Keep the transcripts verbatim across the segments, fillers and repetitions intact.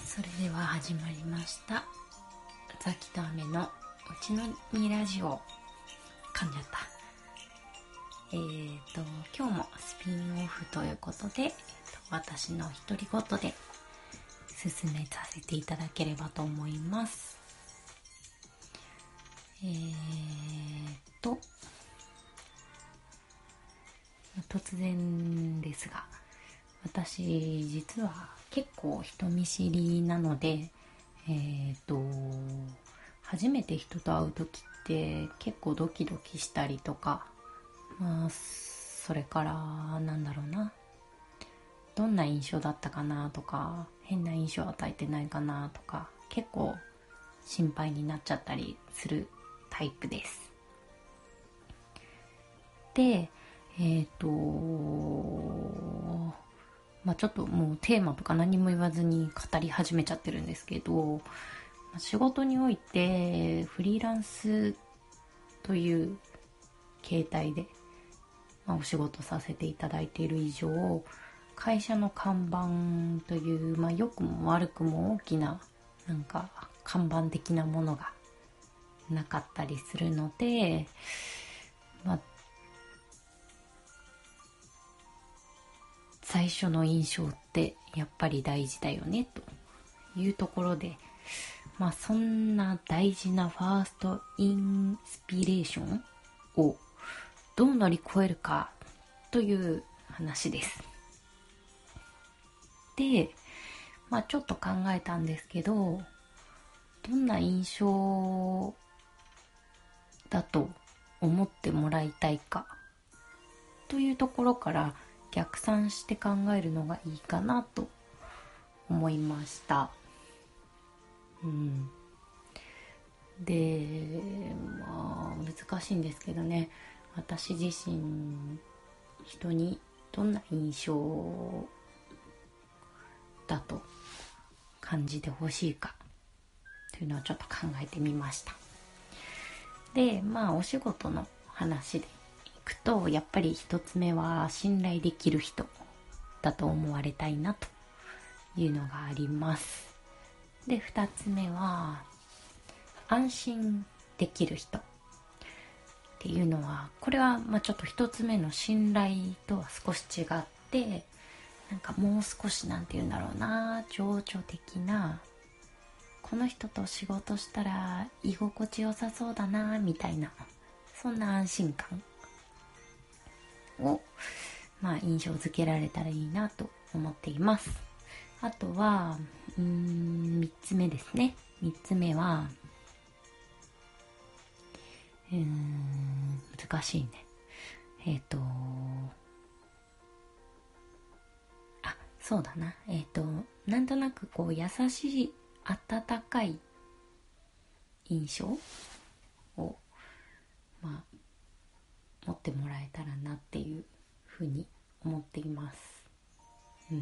それでは始まりましたザキとアメのうちのみラジオ。噛んじゃった。えーと今日もスピンオフということで、えーと私の独り言で進めさせていただければと思います。えーと突然ですが、私実は結構人見知りなので、えーと初めて人と会う時って結構ドキドキしたりとか、まあそれからなんだろうな、どんな印象だったかなとか、変な印象を与えてないかなとか、結構心配になっちゃったりするタイプです。でえっ、とまあちょっともうテーマとか何も言わずに語り始めちゃってるんですけど、仕事においてフリーランスという形態で、まあ、お仕事させていただいている以上、会社の看板という、まあ、良くも悪くも大きななんか看板的なものがなかったりするので、まあ、最初の印象ってやっぱり大事だよねというところで、まあそんな大事なファーストインスピレーションをどう乗り越えるかという話です。で、まあちょっと考えたんですけど、どんな印象だと思ってもらいたいかというところから逆算して考えるのがいいかなと思いました。うん。で、まあ難しいんですけどね、私自身人にどんな印象だと感じてほしいかというのをちょっと考えてみました。で、まあお仕事の話でいくと、やっぱり一つ目は信頼できる人だと思われたいなというのがあります。で、二つ目は安心できる人っていうのは、これはまあちょっと一つ目の信頼とは少し違って、なんかもう少しなんて言うんだろうな、情緒的な、この人と仕事したら居心地よさそうだなみたいな、そんな安心感をまあ印象づけられたらいいなと思っています。あとはうーんみっつめですね。みっつめはうーん難しいね。えっ、ー、とあそうだなえっ、ー、となんとなくこう優しい温かい印象をまあ持ってもらえたらなっていうふうに思っています。うん。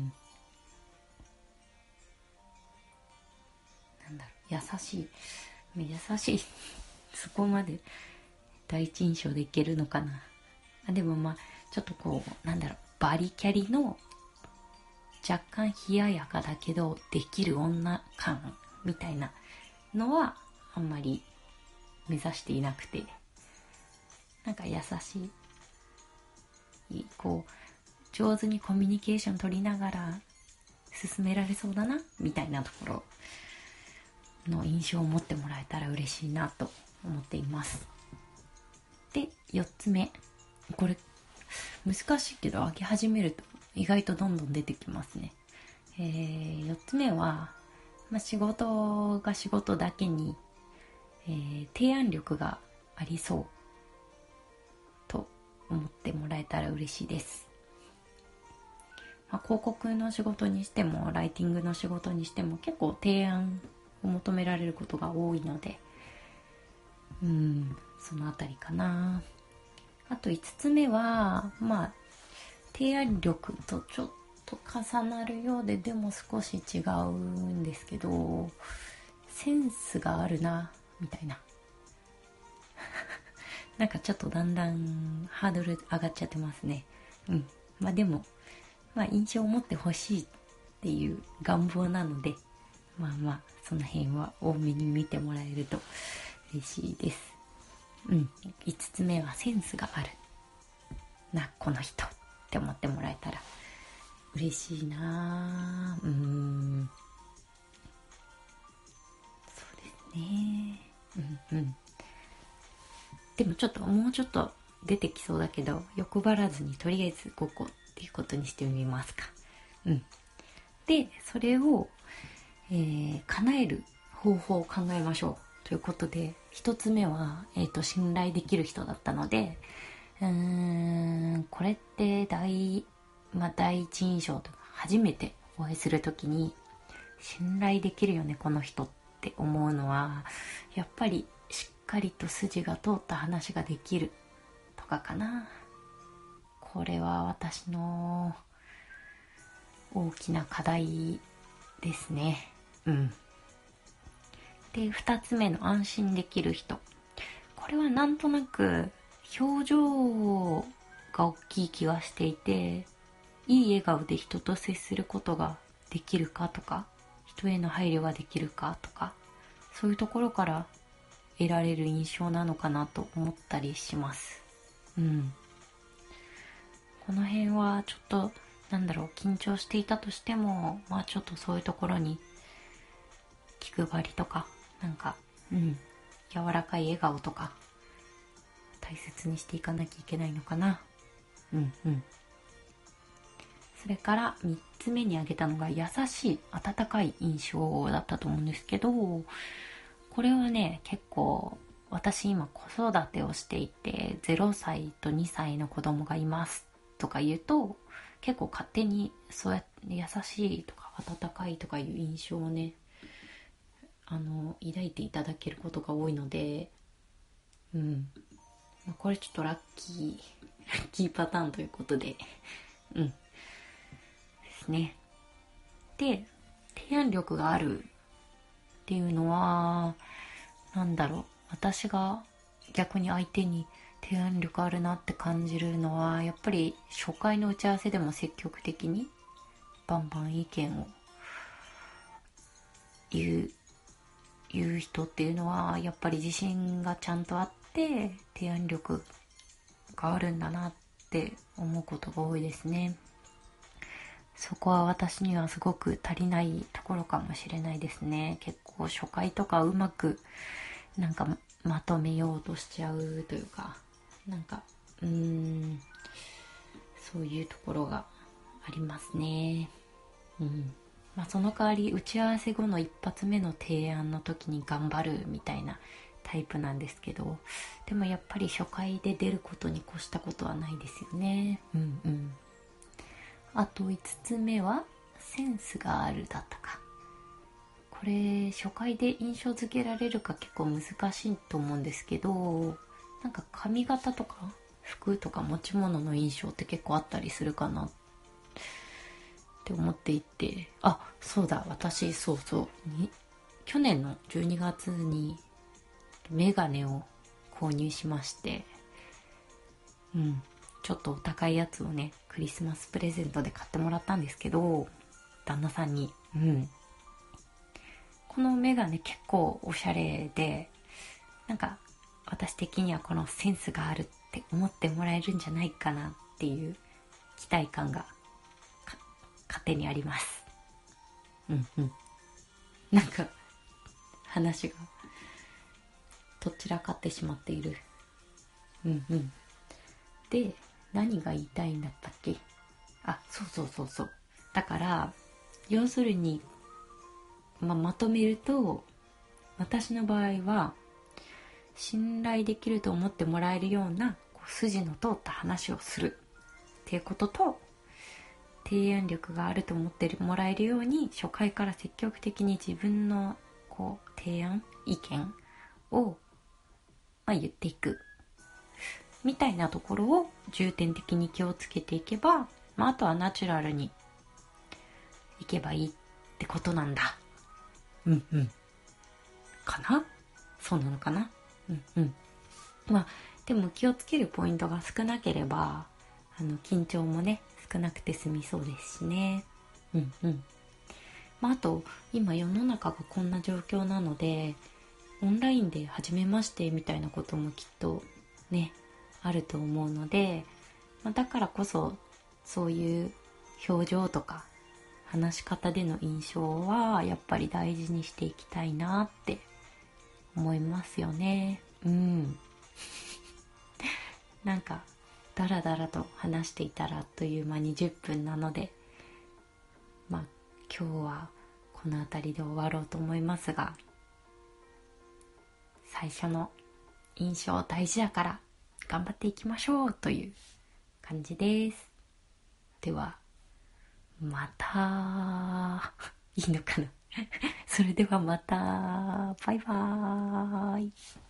なんだろう、優しい優しいそこまで第一印象でいけるのかな。あでもまあちょっとこうなんだろう、バリキャリの若干冷ややかだけどできる女感みたいなのはあんまり目指していなくて、なんか優しい、こう上手にコミュニケーション取りながら進められそうだなみたいなところの印象を持ってもらえたら嬉しいなと思っています。で、よっつめ、これ難しいけど開け始めると意外とどんどん出てきますね。えー、よっつめは、まあ、仕事が仕事だけに、えー、提案力がありそうと思ってもらえたら嬉しいです。まあ、広告の仕事にしてもライティングの仕事にしても結構提案を求められることが多いので、うんそのあたりかな。あといつつめはまあ提案力とちょっと重なるようで、でも少し違うんですけど、センスがあるなみたいななんかちょっとだんだんハードル上がっちゃってますね。うんまあでもまあ印象を持ってほしいっていう願望なので、 まあまあその辺は多めに見てもらえると嬉しいです。うん、いつつめはセンスがあるなこの人って思ってもらえたら嬉しいな。うーん、そうですね。うんうん。でもちょっともうちょっと出てきそうだけど、欲張らずにとりあえずごこっていうことにしてみますか。うん。でそれを、えー、叶える方法を考えましょうということで、一つ目は、えーと、信頼できる人だったので、うーんこれって第、まあ、第一印象とか初めてお会いするときに信頼できるよねこの人って思うのは、やっぱりしっかりと筋が通った話ができるとかかな。これは私の大きな課題ですね。うん。で、二つ目の安心できる人。これはなんとなく表情が大きい気がしていて、いい笑顔で人と接することができるかとか、人への配慮ができるかとか、そういうところから得られる印象なのかなと思ったりします。うん。この辺はちょっとなんだろう、緊張していたとしても、まあちょっとそういうところに気配りとか、なんか、うん、柔らかい笑顔とか大切にしていかなきゃいけないのかな。うんうん。それからみっつめに挙げたのが優しい温かい印象だったと思うんですけど、これはね結構私今子育てをしていてゼロさいとにさいの子供がいますとか言うと、結構勝手にそうやって優しいとか温かいとかいう印象をね、あの抱いていただけることが多いので、うん、これちょっとラッキーラッキーパターンということで、うんですね。で、提案力があるっていうのは、なんだろう、私が逆に相手に提案力あるなって感じるのは、やっぱり初回の打ち合わせでも積極的にバンバン意見を言う言う人っていうのは、やっぱり自信がちゃんとあって提案力があるんだなって思うことが多いですね。そこは私にはすごく足りないところかもしれないですね。結構初回とかうまくなんかまとめようとしちゃうというか、なんかうーんそういうところがありますね。うん。まあその代わり打ち合わせ後の一発目の提案の時に頑張るみたいなタイプなんですけど、でもやっぱり初回で出ることに越したことはないですよね。うんうん。あといつつめはセンスがあるだったか。これ初回で印象付けられるか結構難しいと思うんですけど、なんか髪型とか服とか持ち物の印象って結構あったりするかなって思っていて、あ、そうだ、私そうそうに去年のじゅうにがつにメガネを購入しまして、うん、ちょっとお高いやつをねクリスマスプレゼントで買ってもらったんですけど、旦那さんに、うん、このメガネ結構おしゃれで、なんか私的にはこのセンスがあるって思ってもらえるんじゃないかなっていう期待感が勝手にあります。うんうん。なんか話がとっちらかってしまっている。うんうん。で、何が言いたいんだったっけ。あ、そうそうそうそう。だから要するに、まあ、まとめると、私の場合は信頼できると思ってもらえるようなこう筋の通った話をするっていうことと、提案力があると思ってもらえるように初回から積極的に自分のこう提案意見を、まあ、言っていくみたいなところを重点的に気をつけていけば、まあ、あとはナチュラルにいけばいいってことなんだ。うんうんかな。そうなのかな。うんうん。まあでも気をつけるポイントが少なければ、あの緊張もね少なくて済みそうですしね。うんうん。 まあ、あと今世の中がこんな状況なので、オンラインで初めましてみたいなこともきっとねあると思うので、まあ、だからこそそういう表情とか話し方での印象はやっぱり大事にしていきたいなって思いますよね。うんなんかダラダラと話していたらあっという間にじゅっぷんなので、まあ今日はこの辺りで終わろうと思いますが、最初の印象大事だから頑張っていきましょうという感じです。ではまたいいのかなそれではまた、バイバーイ。